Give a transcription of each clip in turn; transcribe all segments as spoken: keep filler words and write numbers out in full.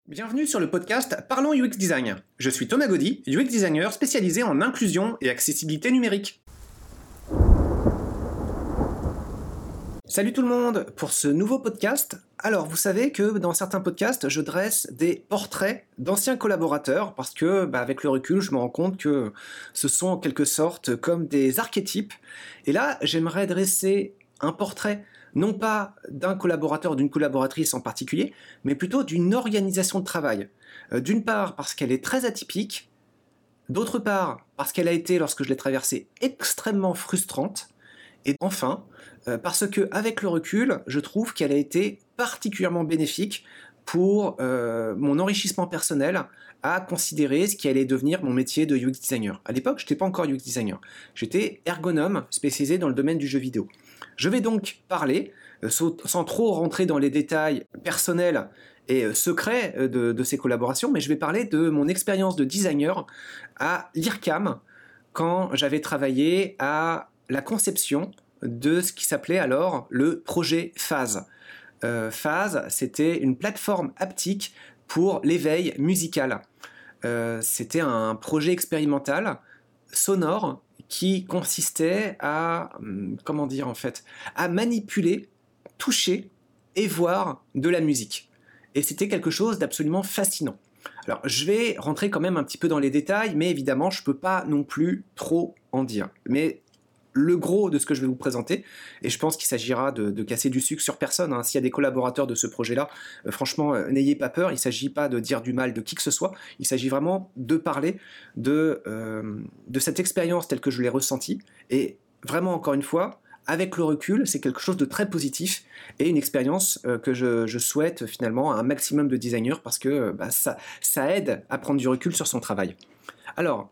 Bienvenue sur le podcast Parlons U X Design. Je suis Thomas Gaudy, U X designer spécialisé en inclusion et accessibilité numérique. Salut tout le monde pour ce nouveau podcast. Alors vous savez que dans certains podcasts, je dresse des portraits d'anciens collaborateurs parce que bah, avec le recul, je me rends compte que ce sont en quelque sorte comme des archétypes. Et là, j'aimerais dresser un portrait non pas d'un collaborateur ou d'une collaboratrice en particulier, mais plutôt d'une organisation de travail. Euh, d'une part parce qu'elle est très atypique, d'autre part parce qu'elle a été, lorsque je l'ai traversée, extrêmement frustrante, et enfin euh, parce qu'avec le recul, je trouve qu'elle a été particulièrement bénéfique pour euh, mon enrichissement personnel à considérer ce qui allait devenir mon métier de U X designer. À l'époque, je n'étais pas encore U X designer. J'étais ergonome spécialisé dans le domaine du jeu vidéo. Je vais donc parler, euh, sans trop rentrer dans les détails personnels et euh, secrets de, de ces collaborations, mais je vais parler de mon expérience de designer à l'I R C A M quand j'avais travaillé à la conception de ce qui s'appelait alors le projet Phase. Euh, Phase, c'était une plateforme haptique pour l'éveil musical. Euh, c'était un projet expérimental sonore qui consistait à, comment dire en fait, à manipuler, toucher et voir de la musique. Et c'était quelque chose d'absolument fascinant. Alors, je vais rentrer quand même un petit peu dans les détails, mais évidemment, je ne peux pas non plus trop en dire. Mais le gros de ce que je vais vous présenter, et je pense qu'il s'agira de, de casser du sucre sur personne, hein. S'il y a des collaborateurs de ce projet-là, euh, franchement, euh, n'ayez pas peur, il ne s'agit pas de dire du mal de qui que ce soit, il s'agit vraiment de parler de, euh, de cette expérience telle que je l'ai ressentie, et vraiment, encore une fois, avec le recul, c'est quelque chose de très positif, et une expérience euh, que je, je souhaite finalement à un maximum de designers, parce que bah, ça, ça aide à prendre du recul sur son travail. Alors,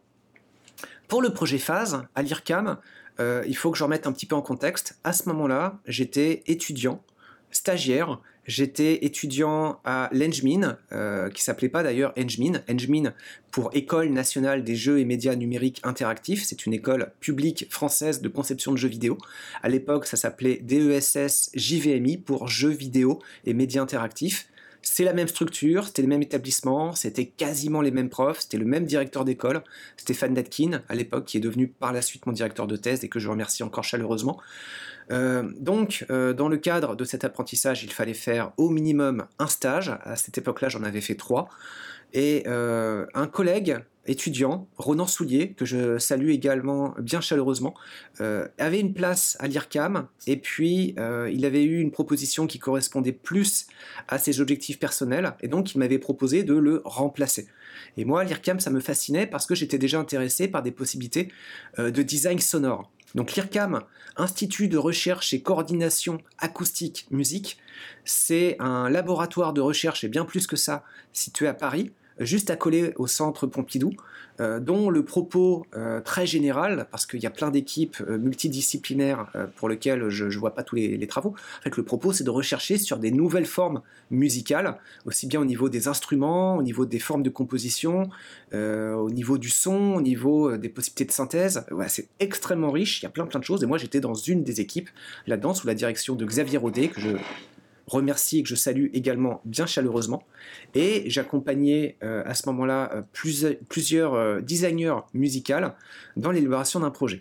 pour le projet Phase, à l'I R C A M, Euh, il faut que je remette un petit peu en contexte. À ce moment-là, j'étais étudiant, stagiaire. J'étais étudiant à l'Engmin, euh, qui s'appelait pas d'ailleurs Engmin. Engmin pour École nationale des jeux et médias numériques interactifs. C'est une école publique française de conception de jeux vidéo. À l'époque, ça s'appelait D E S S J V M I pour jeux vidéo et médias interactifs. C'est la même structure, c'était le même établissement, c'était quasiment les mêmes profs, c'était le même directeur d'école, Stéphane Datkin, à l'époque, qui est devenu par la suite mon directeur de thèse et que je remercie encore chaleureusement. Euh, donc, euh, dans le cadre de cet apprentissage, il fallait faire au minimum un stage. À cette époque-là, j'en avais fait trois. Et euh, un collègue étudiant, Ronan Soulier, que je salue également bien chaleureusement, euh, avait une place à l'I R C A M, et puis euh, il avait eu une proposition qui correspondait plus à ses objectifs personnels, et donc il m'avait proposé de le remplacer. Et moi, l'I R C A M, ça me fascinait parce que j'étais déjà intéressé par des possibilités euh, de design sonore. Donc l'I R C A M, Institut de recherche et coordination acoustique musique, c'est un laboratoire de recherche, et bien plus que ça, situé à Paris, juste accolé au centre Pompidou, euh, dont le propos euh, très général, parce qu'il y a plein d'équipes euh, multidisciplinaires euh, pour lesquelles je ne vois pas tous les, les travaux, en fait, le propos c'est de rechercher sur des nouvelles formes musicales, aussi bien au niveau des instruments, au niveau des formes de composition, euh, au niveau du son, au niveau des possibilités de synthèse. Ouais, c'est extrêmement riche, il y a plein plein de choses, et moi j'étais dans une des équipes là-dedans, sous la direction de Xavier Rodet, que je remercie et que je salue également bien chaleureusement. Et j'accompagnais euh, à ce moment-là euh, plus, plusieurs euh, designers musicaux dans l'élaboration d'un projet.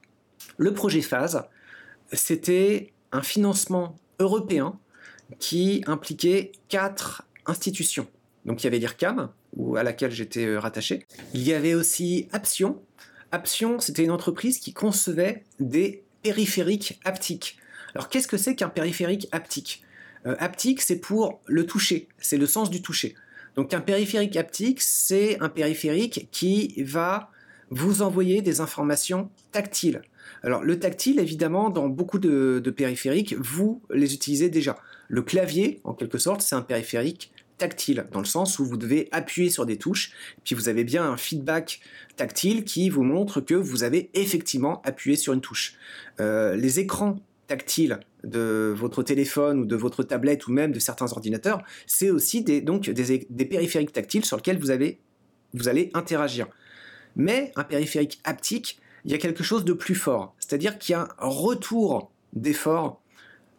Le projet Phase, c'était un financement européen qui impliquait quatre institutions. Donc il y avait l'I R C A M, où, à laquelle j'étais euh, rattaché. Il y avait aussi Apsion. Apsion, c'était une entreprise qui concevait des périphériques haptiques. Alors qu'est-ce que c'est qu'un périphérique haptique ? Euh, haptique, c'est pour le toucher, c'est le sens du toucher. Donc un périphérique haptique, c'est un périphérique qui va vous envoyer des informations tactiles. Alors le tactile, évidemment, dans beaucoup de, de périphériques, vous les utilisez déjà. Le clavier, en quelque sorte, c'est un périphérique tactile, dans le sens où vous devez appuyer sur des touches, puis vous avez bien un feedback tactile qui vous montre que vous avez effectivement appuyé sur une touche. Euh, les écrans tactile de votre téléphone ou de votre tablette ou même de certains ordinateurs, c'est aussi des, donc des, des périphériques tactiles sur lesquels vous, avez, vous allez interagir. Mais un périphérique haptique, il y a quelque chose de plus fort, c'est-à-dire qu'il y a un retour d'effort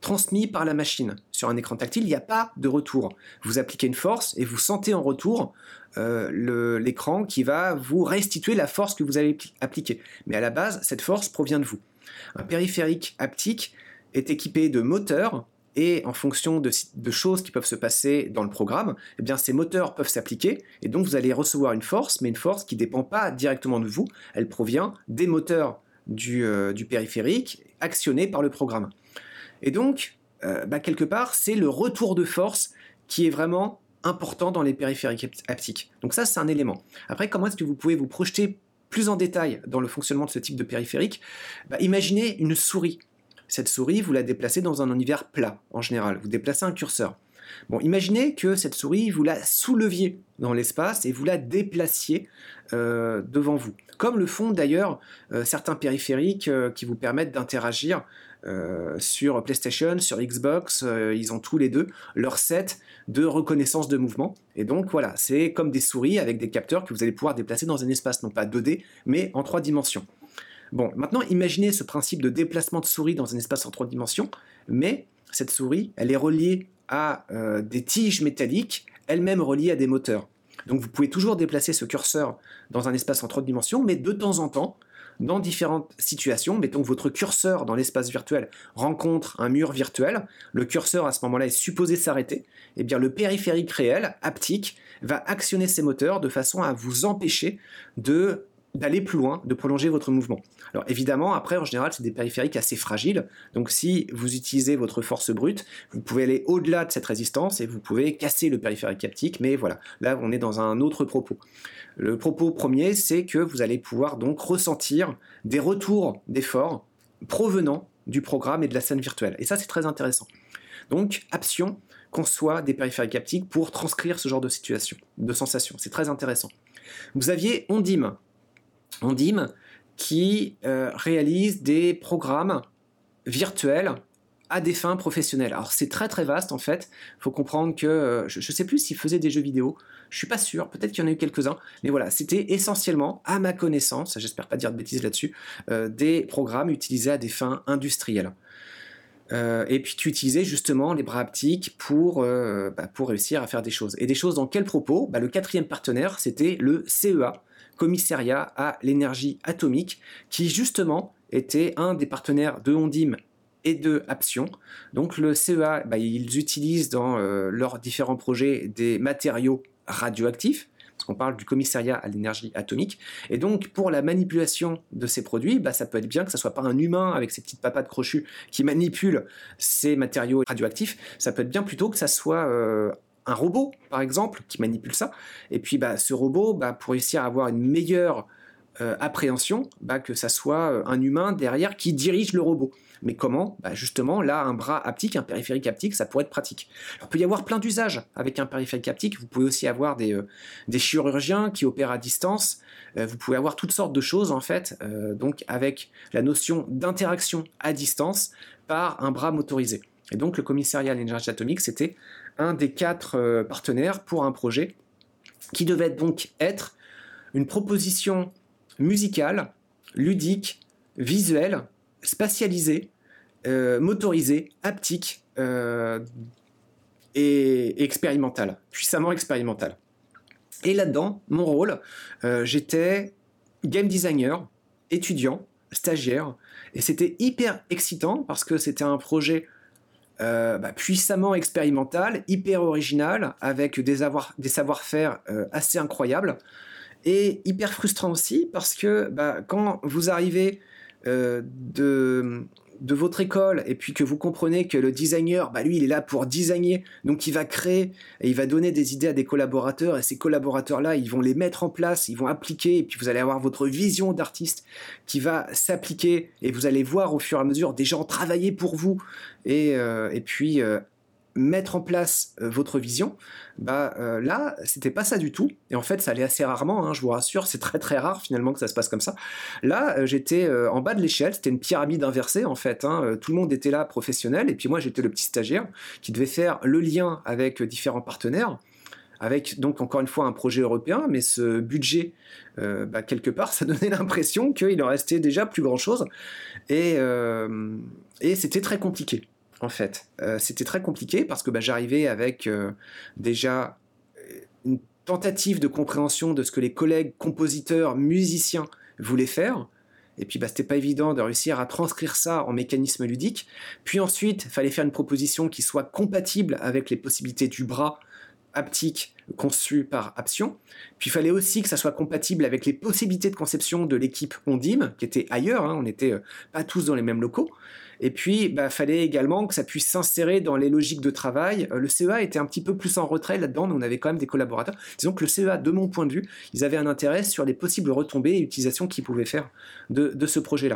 transmis par la machine. Sur un écran tactile, il n'y a pas de retour. Vous appliquez une force et vous sentez en retour euh, le, l'écran qui va vous restituer la force que vous avez appliquée. Mais à la base, cette force provient de vous. Un périphérique haptique est équipé de moteurs et en fonction de, de choses qui peuvent se passer dans le programme, eh bien, ces moteurs peuvent s'appliquer et donc vous allez recevoir une force, mais une force qui ne dépend pas directement de vous, elle provient des moteurs du, euh, du périphérique actionnés par le programme. Et donc, euh, bah, quelque part, c'est le retour de force qui est vraiment important dans les périphériques haptiques. Donc ça, c'est un élément. Après, comment est-ce que vous pouvez vous projeter plus en détail dans le fonctionnement de ce type de périphérique ? Bah, imaginez une souris. Cette souris, vous la déplacez dans un univers plat, en général. Vous déplacez un curseur. Bon, imaginez que cette souris, vous la souleviez dans l'espace et vous la déplaciez euh, devant vous. Comme le font d'ailleurs euh, certains périphériques euh, qui vous permettent d'interagir euh, sur PlayStation, sur Xbox. Euh, ils ont tous les deux leur set de reconnaissance de mouvement. Et donc voilà, c'est comme des souris avec des capteurs que vous allez pouvoir déplacer dans un espace, non pas deux D, mais en trois dimensions. Bon, maintenant, imaginez ce principe de déplacement de souris dans un espace en trois dimensions, mais cette souris, elle est reliée à euh, des tiges métalliques, elles-mêmes reliées à des moteurs. Donc vous pouvez toujours déplacer ce curseur dans un espace en trois dimensions, mais de temps en temps, dans différentes situations, mettons que votre curseur dans l'espace virtuel rencontre un mur virtuel, le curseur à ce moment-là est supposé s'arrêter, et bien le périphérique réel, haptique, va actionner ces moteurs de façon à vous empêcher de d'aller plus loin, de prolonger votre mouvement. Alors évidemment, après, en général, c'est des périphériques assez fragiles, donc si vous utilisez votre force brute, vous pouvez aller au-delà de cette résistance et vous pouvez casser le périphérique haptique, mais voilà, là, on est dans un autre propos. Le propos premier, c'est que vous allez pouvoir donc ressentir des retours d'effort provenant du programme et de la scène virtuelle, et ça, c'est très intéressant. Donc, Apsion conçoit des périphériques haptiques pour transcrire ce genre de situation, de sensation, c'est très intéressant. Vous aviez Ondim, Ondim qui euh, réalise des programmes virtuels à des fins professionnelles. Alors c'est très très vaste en fait, il faut comprendre que, euh, je ne sais plus s'il faisait des jeux vidéo, je ne suis pas sûr, peut-être qu'il y en a eu quelques-uns, mais voilà, c'était essentiellement, à ma connaissance, j'espère pas dire de bêtises là-dessus, euh, des programmes utilisés à des fins industrielles. Euh, et puis tu utilisais justement les bras haptiques pour, euh, bah, pour réussir à faire des choses. Et des choses dans quel propos ? Bah, le quatrième partenaire, c'était le C E A, Commissariat à l'énergie atomique, qui justement était un des partenaires de Ondim et de Apsion. Donc le C E A, bah, ils utilisent dans euh, leurs différents projets des matériaux radioactifs, parce qu'on parle du commissariat à l'énergie atomique, et donc pour la manipulation de ces produits, bah, ça peut être bien que ce ne soit pas un humain avec ses petites papates crochues qui manipule ces matériaux radioactifs, ça peut être bien plutôt que ça soit euh, un robot, par exemple, qui manipule ça, et puis bah, ce robot, bah, pour réussir à avoir une meilleure euh, appréhension, bah, que ça soit euh, un humain derrière qui dirige le robot. Mais comment ? Bah, justement, là, un bras haptique, un périphérique haptique, ça pourrait être pratique. Alors, il peut y avoir plein d'usages avec un périphérique haptique. Vous pouvez aussi avoir des, euh, des chirurgiens qui opèrent à distance. Euh, vous pouvez avoir toutes sortes de choses, en fait, euh, donc avec la notion d'interaction à distance par un bras motorisé. Et donc, le commissariat à l'énergie atomique, c'était un des quatre euh, partenaires pour un projet qui devait donc être une proposition musicale, ludique, visuelle, spatialisée, euh, motorisée, haptique euh, et, et expérimentale, puissamment expérimentale. Et là-dedans, mon rôle, euh, j'étais game designer, étudiant, stagiaire, et c'était hyper excitant parce que c'était un projet Euh, bah, puissamment expérimental, hyper original, avec des, avoir, des savoir-faire euh, assez incroyables, et hyper frustrant aussi, parce que bah, quand vous arrivez euh, de, de votre école, et puis que vous comprenez que le designer, bah, lui, il est là pour designer, donc il va créer, et il va donner des idées à des collaborateurs, et ces collaborateurs-là, ils vont les mettre en place, ils vont appliquer, et puis vous allez avoir votre vision d'artiste qui va s'appliquer, et vous allez voir au fur et à mesure des gens travailler pour vous, et, euh, et puis euh, mettre en place euh, votre vision, bah euh, là, c'était pas ça du tout, et en fait, ça allait assez rarement, hein, je vous rassure, c'est très très rare finalement que ça se passe comme ça. Là, euh, j'étais euh, en bas de l'échelle, c'était une pyramide inversée en fait, hein, euh, tout le monde était là professionnel, et puis moi j'étais le petit stagiaire qui devait faire le lien avec euh, différents partenaires, avec donc encore une fois un projet européen, mais ce budget, euh, bah, quelque part, ça donnait l'impression qu'il en restait déjà plus grand chose, et, euh, et c'était très compliqué. en fait. Euh, c'était très compliqué parce que bah, j'arrivais avec euh, déjà une tentative de compréhension de ce que les collègues compositeurs, musiciens voulaient faire. Et puis, bah, c'était pas évident de réussir à transcrire ça en mécanisme ludique. Puis ensuite, il fallait faire une proposition qui soit compatible avec les possibilités du bras haptique conçu par Aption. Puis il fallait aussi que ça soit compatible avec les possibilités de conception de l'équipe Ondim, qui était ailleurs, hein, on n'était euh, pas tous dans les mêmes locaux. Et puis, il bah, fallait également que ça puisse s'insérer dans les logiques de travail. Euh, le C E A était un petit peu plus en retrait là-dedans, mais on avait quand même des collaborateurs. Disons que le C E A, de mon point de vue, ils avaient un intérêt sur les possibles retombées et utilisations qu'ils pouvaient faire de, de ce projet-là.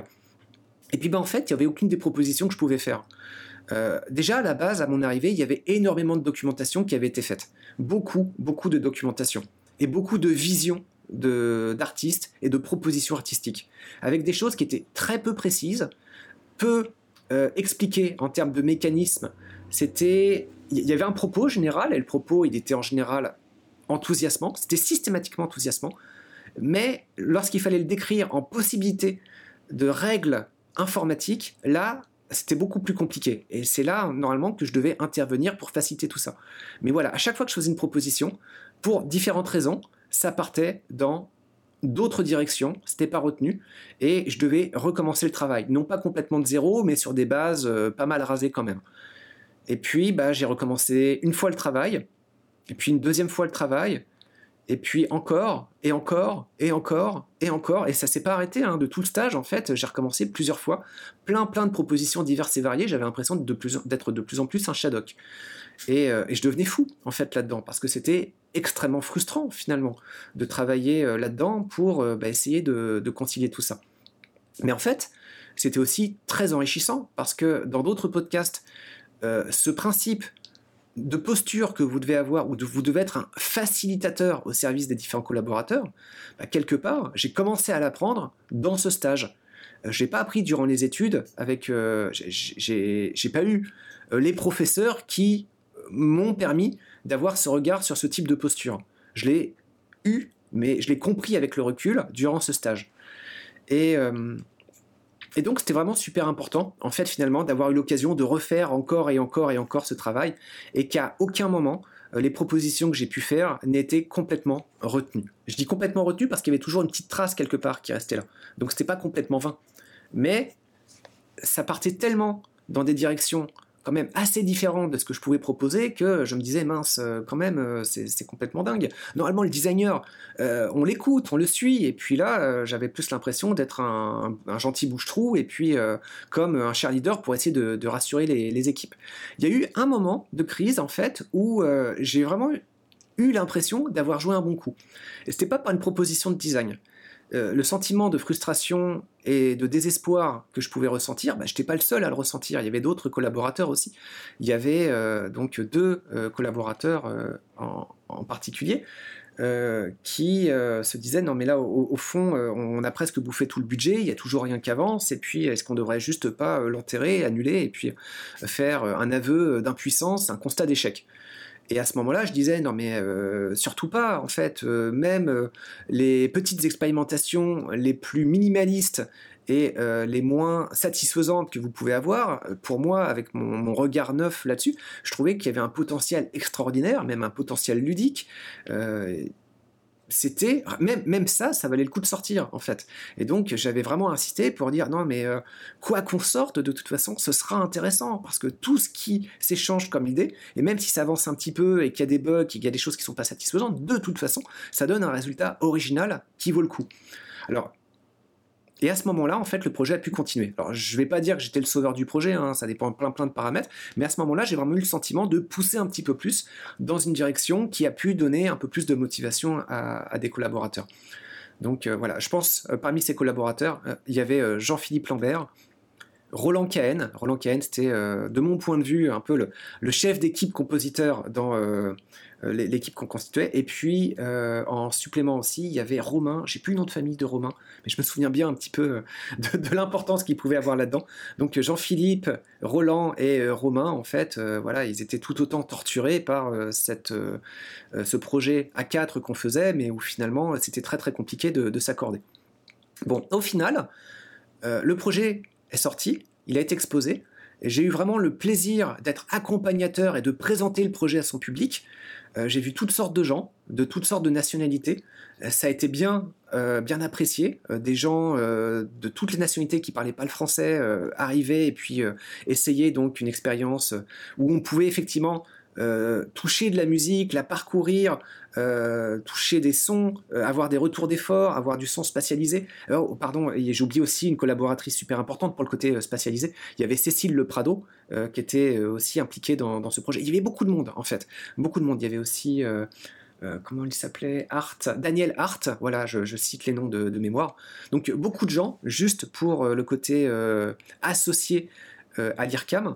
Et puis, bah, en fait, il n'y avait aucune des propositions que je pouvais faire. Euh, déjà, à la base, à mon arrivée, il y avait énormément de documentation qui avait été faite. Beaucoup, beaucoup de documentation. Et beaucoup de visions de, d'artistes et de propositions artistiques. Avec des choses qui étaient très peu précises, peu euh, expliquées en termes de mécanismes. C'était... Il y avait un propos général, et le propos, il était en général enthousiasmant. C'était systématiquement enthousiasmant. Mais lorsqu'il fallait le décrire en possibilité de règles informatiques, là... c'était beaucoup plus compliqué. Et c'est là, normalement, que je devais intervenir pour faciliter tout ça. Mais voilà, à chaque fois que je faisais une proposition, pour différentes raisons, ça partait dans d'autres directions, c'était pas retenu, et je devais recommencer le travail. Non pas complètement de zéro, mais sur des bases euh, pas mal rasées quand même. Et puis, bah, j'ai recommencé une fois le travail, et puis une deuxième fois le travail, et puis encore, et encore, et encore, et encore, et ça s'est pas arrêté, hein, de tout le stage, en fait, j'ai recommencé plusieurs fois, plein plein de propositions diverses et variées, j'avais l'impression de plus, d'être de plus en plus un Shadok. Et, euh, et je devenais fou, en fait, là-dedans, parce que c'était extrêmement frustrant, finalement, de travailler euh, là-dedans pour euh, bah, essayer de, de concilier tout ça. Mais en fait, c'était aussi très enrichissant, parce que dans d'autres podcasts, euh, ce principe de posture que vous devez avoir, ou de, vous devez être un facilitateur au service des différents collaborateurs, bah, quelque part, j'ai commencé à l'apprendre dans ce stage. Euh, je n'ai pas appris durant les études, avec, euh, j'ai, j'ai, j'ai pas eu euh, les professeurs qui m'ont permis d'avoir ce regard sur ce type de posture. Je l'ai eu, mais je l'ai compris avec le recul durant ce stage. Et... Euh, Et donc, c'était vraiment super important, en fait, finalement, d'avoir eu l'occasion de refaire encore et encore et encore ce travail, et qu'à aucun moment, euh, les propositions que j'ai pu faire n'étaient complètement retenues. Je dis complètement retenues parce qu'il y avait toujours une petite trace quelque part qui restait là. Donc, c'était pas complètement vain. Mais ça partait tellement dans des directions quand même assez différentes de ce que je pouvais proposer que je me disais, mince, euh, quand même, euh, c'est, c'est complètement dingue. Normalement, le designer, euh, on l'écoute, on le suit, et puis là, euh, j'avais plus l'impression d'être un, un, un gentil bouche-trou, et puis euh, comme un cheerleader pour essayer de, de rassurer les, les équipes. Il y a eu un moment de crise, en fait, où euh, j'ai vraiment eu l'impression d'avoir joué un bon coup. Et c'était pas par une proposition de design. Euh, le sentiment de frustration et de désespoir que je pouvais ressentir, bah, je n'étais pas le seul à le ressentir, il y avait d'autres collaborateurs aussi. Il y avait euh, donc deux euh, collaborateurs euh, en, en particulier euh, qui euh, se disaient non mais là au, au fond euh, on a presque bouffé tout le budget, il n'y a toujours rien qui avance, et puis est-ce qu'on ne devrait juste pas euh, l'enterrer, annuler, et puis euh, faire un aveu d'impuissance, un constat d'échec. Et à ce moment-là, je disais, non mais euh, surtout pas, en fait, euh, même euh, les petites expérimentations les plus minimalistes et euh, les moins satisfaisantes que vous pouvez avoir, pour moi, avec mon, mon regard neuf là-dessus, je trouvais qu'il y avait un potentiel extraordinaire, même un potentiel ludique. Euh, c'était même même ça ça valait le coup de sortir en fait, et donc j'avais vraiment insisté pour dire non mais euh, quoi qu'on sorte de toute façon ce sera intéressant, parce que tout ce qui s'échange comme idée, et même si ça avance un petit peu et qu'il y a des bugs, qu'il y a des choses qui sont pas satisfaisantes, de toute façon ça donne un résultat original qui vaut le coup. Alors et à ce moment-là, en fait, le projet a pu continuer. Alors, je ne vais pas dire que j'étais le sauveur du projet, hein, ça dépend de plein plein de paramètres, mais à ce moment-là, j'ai vraiment eu le sentiment de pousser un petit peu plus dans une direction qui a pu donner un peu plus de motivation à, à des collaborateurs. Donc euh, voilà, je pense, euh, parmi ces collaborateurs, euh, il y avait euh, Jean-Philippe Lambert, Roland Cahen. Roland Cahen, c'était, euh, de mon point de vue, un peu le, le chef d'équipe compositeur dans euh, l'équipe qu'on constituait. Et puis, euh, en supplément aussi, il y avait Romain. J'ai plus le nom de famille de Romain, mais je me souviens bien un petit peu de, de l'importance qu'il pouvait avoir là-dedans. Donc, Jean-Philippe, Roland et euh, Romain, en fait, euh, voilà, ils étaient tout autant torturés par euh, cette, euh, ce projet à quatre qu'on faisait, mais où finalement, c'était très très compliqué de, de s'accorder. Bon, au final, euh, le projet est sorti, il a été exposé, j'ai eu vraiment le plaisir d'être accompagnateur et de présenter le projet à son public. Euh, j'ai vu toutes sortes de gens, de toutes sortes de nationalités. Euh, ça a été bien, euh, bien apprécié. Euh, des gens euh, de toutes les nationalités qui parlaient pas le français euh, arrivaient et puis euh, essayaient donc une expérience où on pouvait effectivement euh, toucher de la musique, la parcourir, euh, toucher des sons, euh, avoir des retours d'effort, avoir du son spatialisé. Alors, pardon, j'ai oublié aussi une collaboratrice super importante pour le côté euh, spatialisé. Il y avait Cécile Le Prado euh, qui était euh, aussi impliquée dans, dans ce projet. Il y avait beaucoup de monde en fait, beaucoup de monde. Il y avait aussi euh, euh, comment il s'appelait, Hart, Daniel Hart. Voilà, je, je cite les noms de, de mémoire. Donc beaucoup de gens juste pour euh, le côté euh, associé euh, à l'I R C A M.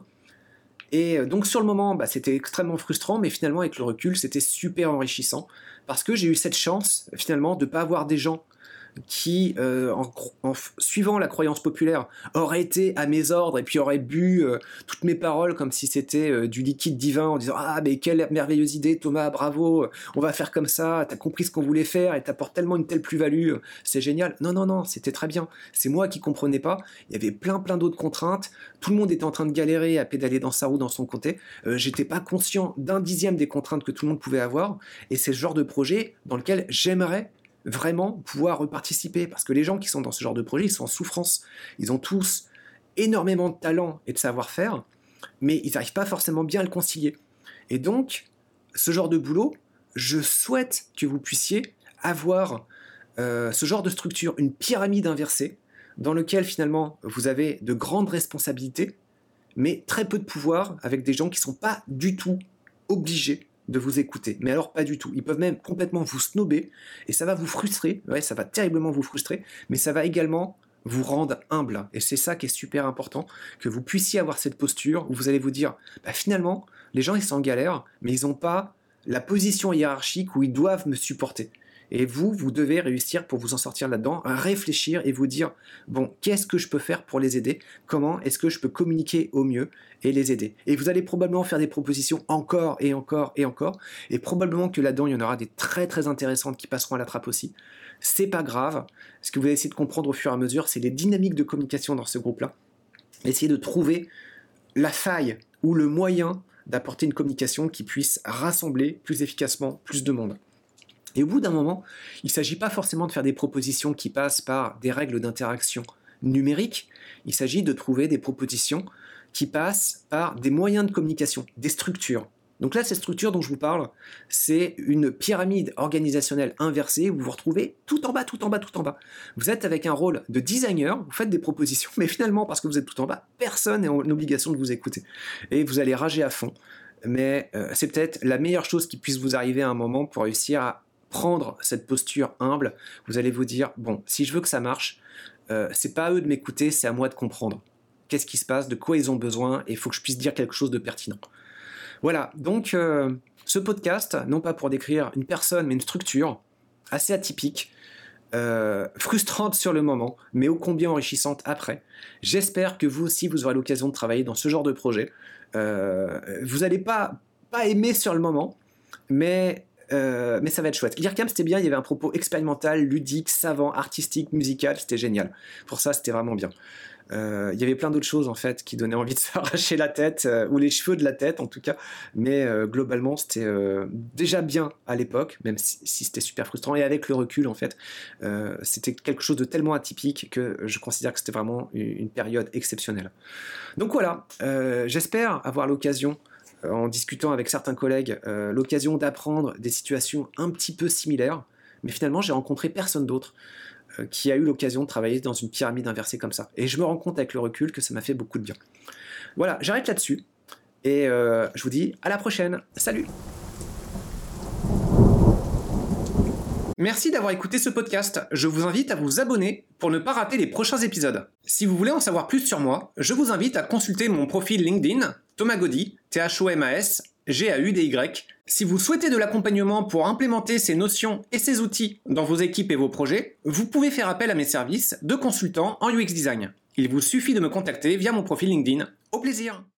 Et donc sur le moment, bah, c'était extrêmement frustrant, mais finalement avec le recul, c'était super enrichissant, parce que j'ai eu cette chance finalement de ne pas avoir des gens qui, euh, en, en suivant la croyance populaire, auraient été à mes ordres et puis auraient bu euh, toutes mes paroles comme si c'était euh, du liquide divin en disant « Ah, mais quelle merveilleuse idée Thomas, bravo, on va faire comme ça, t'as compris ce qu'on voulait faire et t'apportes tellement une telle plus-value, c'est génial. » Non, non, non, c'était très bien. C'est moi qui comprenais pas, il y avait plein plein d'autres contraintes, tout le monde était en train de galérer à pédaler dans sa roue, dans son côté, euh, j'étais pas conscient d'un dixième des contraintes que tout le monde pouvait avoir, et c'est ce genre de projet dans lequel j'aimerais vraiment pouvoir participer, parce que les gens qui sont dans ce genre de projet, ils sont en souffrance. Ils ont tous énormément de talent et de savoir-faire, mais ils n'arrivent pas forcément bien à le concilier. Et donc, ce genre de boulot, je souhaite que vous puissiez avoir euh, ce genre de structure, une pyramide inversée, dans lequel finalement vous avez de grandes responsabilités, mais très peu de pouvoir, avec des gens qui ne sont pas du tout obligés de vous écouter, mais alors pas du tout. Ils peuvent même complètement vous snober, et ça va vous frustrer, ouais, ça va terriblement vous frustrer, mais ça va également vous rendre humble, et c'est ça qui est super important, que vous puissiez avoir cette posture où vous allez vous dire, bah finalement, les gens ils sont en galère, mais ils n'ont pas la position hiérarchique où ils doivent me supporter. Et vous, vous devez réussir pour vous en sortir là-dedans, à réfléchir et vous dire, bon, qu'est-ce que je peux faire pour les aider? Comment est-ce que je peux communiquer au mieux et les aider? Et vous allez probablement faire des propositions encore et encore et encore, et probablement que là-dedans, il y en aura des très très intéressantes qui passeront à la trappe aussi. C'est pas grave. Ce que vous allez essayer de comprendre au fur et à mesure, c'est les dynamiques de communication dans ce groupe-là. Essayez de trouver la faille ou le moyen d'apporter une communication qui puisse rassembler plus efficacement plus de monde. Et au bout d'un moment, il ne s'agit pas forcément de faire des propositions qui passent par des règles d'interaction numériques, il s'agit de trouver des propositions qui passent par des moyens de communication, des structures. Donc là, ces structures dont je vous parle, c'est une pyramide organisationnelle inversée où vous vous retrouvez tout en bas, tout en bas, tout en bas. Vous êtes avec un rôle de designer, vous faites des propositions, mais finalement, parce que vous êtes tout en bas, personne n'est en obligation de vous écouter. Et vous allez rager à fond. Mais euh, c'est peut-être la meilleure chose qui puisse vous arriver à un moment pour réussir à prendre cette posture humble. Vous allez vous dire, bon, si je veux que ça marche, euh, c'est pas à eux de m'écouter, c'est à moi de comprendre. Qu'est-ce qui se passe, de quoi ils ont besoin, et il faut que je puisse dire quelque chose de pertinent. Voilà, donc euh, ce podcast, non pas pour décrire une personne, mais une structure assez atypique, euh, frustrante sur le moment, mais ô combien enrichissante après. J'espère que vous aussi, vous aurez l'occasion de travailler dans ce genre de projet. Euh, vous n'allez pas, pas aimer sur le moment, mais... Euh, mais ça va être chouette. L'I R C A M, c'était bien, il y avait un propos expérimental, ludique, savant, artistique, musical, c'était génial. Pour ça, c'était vraiment bien. Euh, il y avait plein d'autres choses, en fait, qui donnaient envie de s'arracher la tête, euh, ou les cheveux de la tête, en tout cas. Mais euh, globalement, c'était euh, déjà bien à l'époque, même si, si c'était super frustrant. Et avec le recul, en fait, euh, c'était quelque chose de tellement atypique que je considère que c'était vraiment une, une période exceptionnelle. Donc voilà, euh, j'espère avoir l'occasion en discutant avec certains collègues, euh, l'occasion d'apprendre des situations un petit peu similaires, mais finalement j'ai rencontré personne d'autre euh, qui a eu l'occasion de travailler dans une pyramide inversée comme ça. Et je me rends compte avec le recul que ça m'a fait beaucoup de bien. Voilà, j'arrête là-dessus, et euh, je vous dis à la prochaine. Salut! Merci d'avoir écouté ce podcast. Je vous invite à vous abonner pour ne pas rater les prochains épisodes. Si vous voulez en savoir plus sur moi, je vous invite à consulter mon profil LinkedIn, Thomas Gaudy, T H O M A S, G A U D Y. Si vous souhaitez de l'accompagnement pour implémenter ces notions et ces outils dans vos équipes et vos projets, vous pouvez faire appel à mes services de consultant en U X Design. Il vous suffit de me contacter via mon profil LinkedIn. Au plaisir!